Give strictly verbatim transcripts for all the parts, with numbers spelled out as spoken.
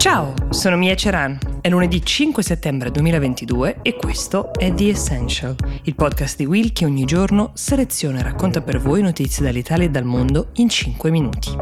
Ciao, sono Mia Ceran. È lunedì cinque settembre duemilaventidue e questo è The Essential, il podcast di Will che ogni giorno seleziona e racconta per voi notizie dall'Italia e dal mondo in cinque minuti.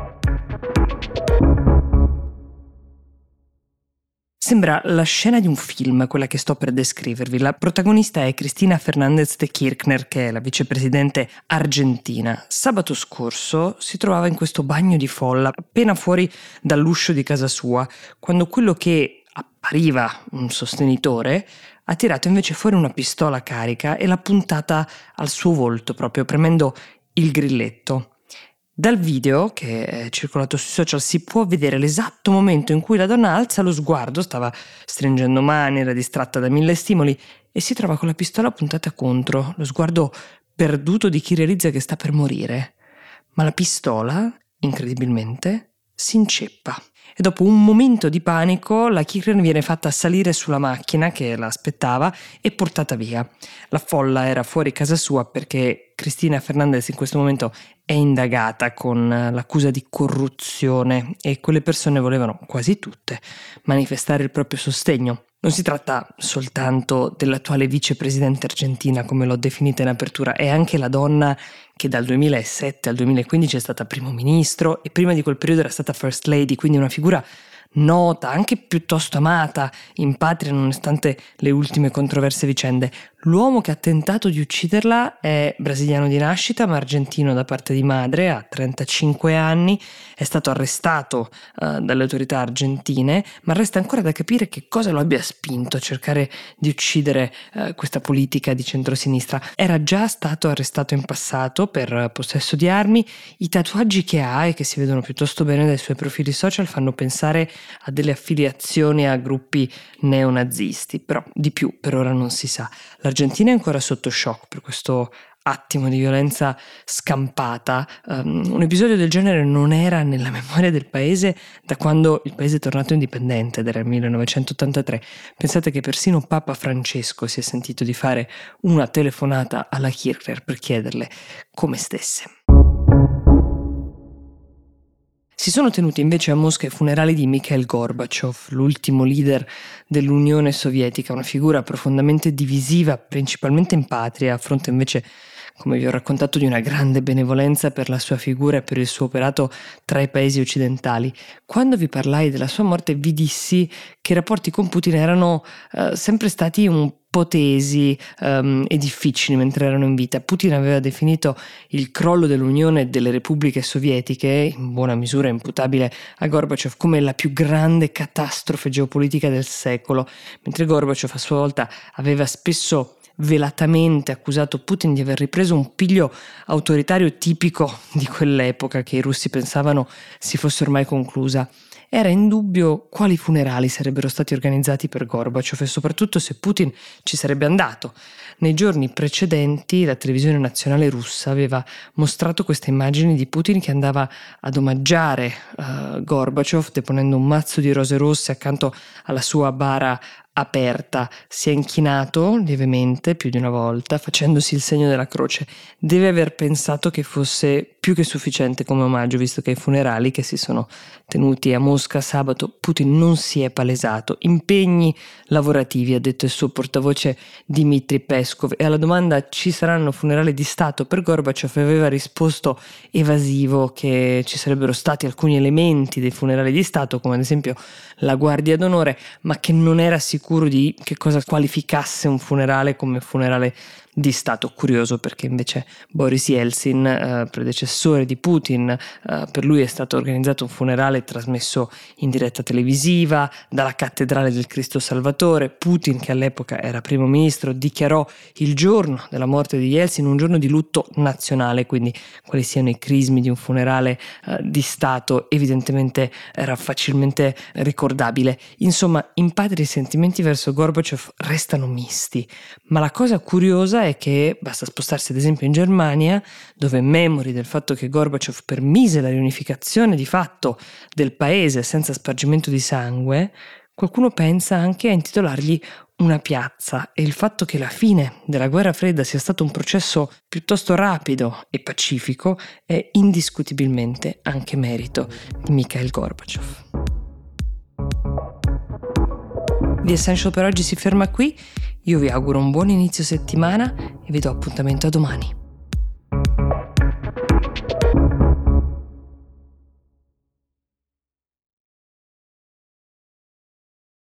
Sembra la scena di un film, quella che sto per descrivervi. La protagonista è Cristina Fernández de Kirchner, che è la vicepresidente argentina. Sabato scorso si trovava in questo bagno di folla, appena fuori dall'uscio di casa sua, quando quello che appariva un sostenitore ha tirato invece fuori una pistola carica e l'ha puntata al suo volto, proprio premendo il grilletto. Dal video, che è circolato sui social, si può vedere l'esatto momento in cui la donna alza lo sguardo, stava stringendo mani, era distratta da mille stimoli e si trova con la pistola puntata contro, lo sguardo perduto di chi realizza che sta per morire. Ma la pistola, incredibilmente, si inceppa. E dopo un momento di panico la Kirchner viene fatta salire sulla macchina che la aspettava e portata via. La folla era fuori casa sua perché Cristina Fernández in questo momento è indagata con l'accusa di corruzione e quelle persone volevano, quasi tutte, manifestare il proprio sostegno. Non si tratta soltanto dell'attuale vicepresidente argentina, come l'ho definita in apertura, è anche la donna che dal duemilasette al duemilaquindici è stata primo ministro e prima di quel periodo era stata first lady, quindi una figura nota, anche piuttosto amata in patria nonostante le ultime controverse vicende. L'uomo che ha tentato di ucciderla è brasiliano di nascita ma argentino da parte di madre, ha trentacinque anni, è stato arrestato uh, dalle autorità argentine, ma resta ancora da capire che cosa lo abbia spinto a cercare di uccidere uh, questa politica di centrosinistra. Era già stato arrestato in passato per uh, possesso di armi, i tatuaggi che ha e che si vedono piuttosto bene dai suoi profili social fanno pensare a delle affiliazioni a gruppi neonazisti, però di più per ora non si sa. L'Argentina è ancora sotto shock per questo attimo di violenza scampata. Um, un episodio del genere non era nella memoria del paese da quando il paese è tornato indipendente, ed era il millenovecentottantatré. Pensate che persino Papa Francesco si è sentito di fare una telefonata alla Kirchner per chiederle come stesse. Si sono tenuti invece a Mosca i funerali di Mikhail Gorbaciov, l'ultimo leader dell'Unione Sovietica, una figura profondamente divisiva, principalmente in patria, a fronte invece, come vi ho raccontato, di una grande benevolenza per la sua figura e per il suo operato tra i paesi occidentali. Quando vi parlai della sua morte vi dissi che i rapporti con Putin erano eh, sempre stati un po' tesi um, e difficili mentre erano in vita. Putin aveva definito il crollo dell'Unione delle Repubbliche Sovietiche, in buona misura imputabile a Gorbaciov, come la più grande catastrofe geopolitica del secolo, mentre Gorbaciov a sua volta aveva spesso velatamente accusato Putin di aver ripreso un piglio autoritario tipico di quell'epoca che i russi pensavano si fosse ormai conclusa. Era in dubbio quali funerali sarebbero stati organizzati per Gorbaciov e soprattutto se Putin ci sarebbe andato. Nei giorni precedenti la televisione nazionale russa aveva mostrato queste immagini di Putin che andava ad omaggiare uh, Gorbaciov deponendo un mazzo di rose rosse accanto alla sua bara aperta. Si è inchinato lievemente più di una volta facendosi il segno della croce. Deve aver pensato che fosse più che sufficiente come omaggio, visto che ai funerali che si sono tenuti a Mosca sabato Putin non si è palesato. Impegni lavorativi, ha detto il suo portavoce Dmitry Peskov, e alla domanda ci saranno funerali di Stato per Gorbaciov aveva risposto evasivo che ci sarebbero stati alcuni elementi dei funerali di Stato, come ad esempio la guardia d'onore, ma che non era sicuro di che cosa qualificasse un funerale come funerale di Stato. Curioso perché invece Boris Yeltsin, eh, predecessore di Putin, eh, per lui è stato organizzato un funerale trasmesso in diretta televisiva dalla cattedrale del Cristo Salvatore. Putin, che all'epoca era primo ministro, dichiarò il giorno della morte di Yeltsin un giorno di lutto nazionale, quindi quali siano i crismi di un funerale eh, di Stato evidentemente era facilmente ricordabile. Insomma, in patria i sentimenti verso Gorbaciov restano misti, ma la cosa curiosa è che basta spostarsi ad esempio in Germania, dove memori del fatto che Gorbaciov permise la riunificazione di fatto del paese senza spargimento di sangue, qualcuno pensa anche a intitolargli una piazza, e il fatto che la fine della guerra fredda sia stato un processo piuttosto rapido e pacifico è indiscutibilmente anche merito di Mikhail Gorbaciov. The Essential per oggi si ferma qui, io vi auguro un buon inizio settimana e vi do appuntamento a domani.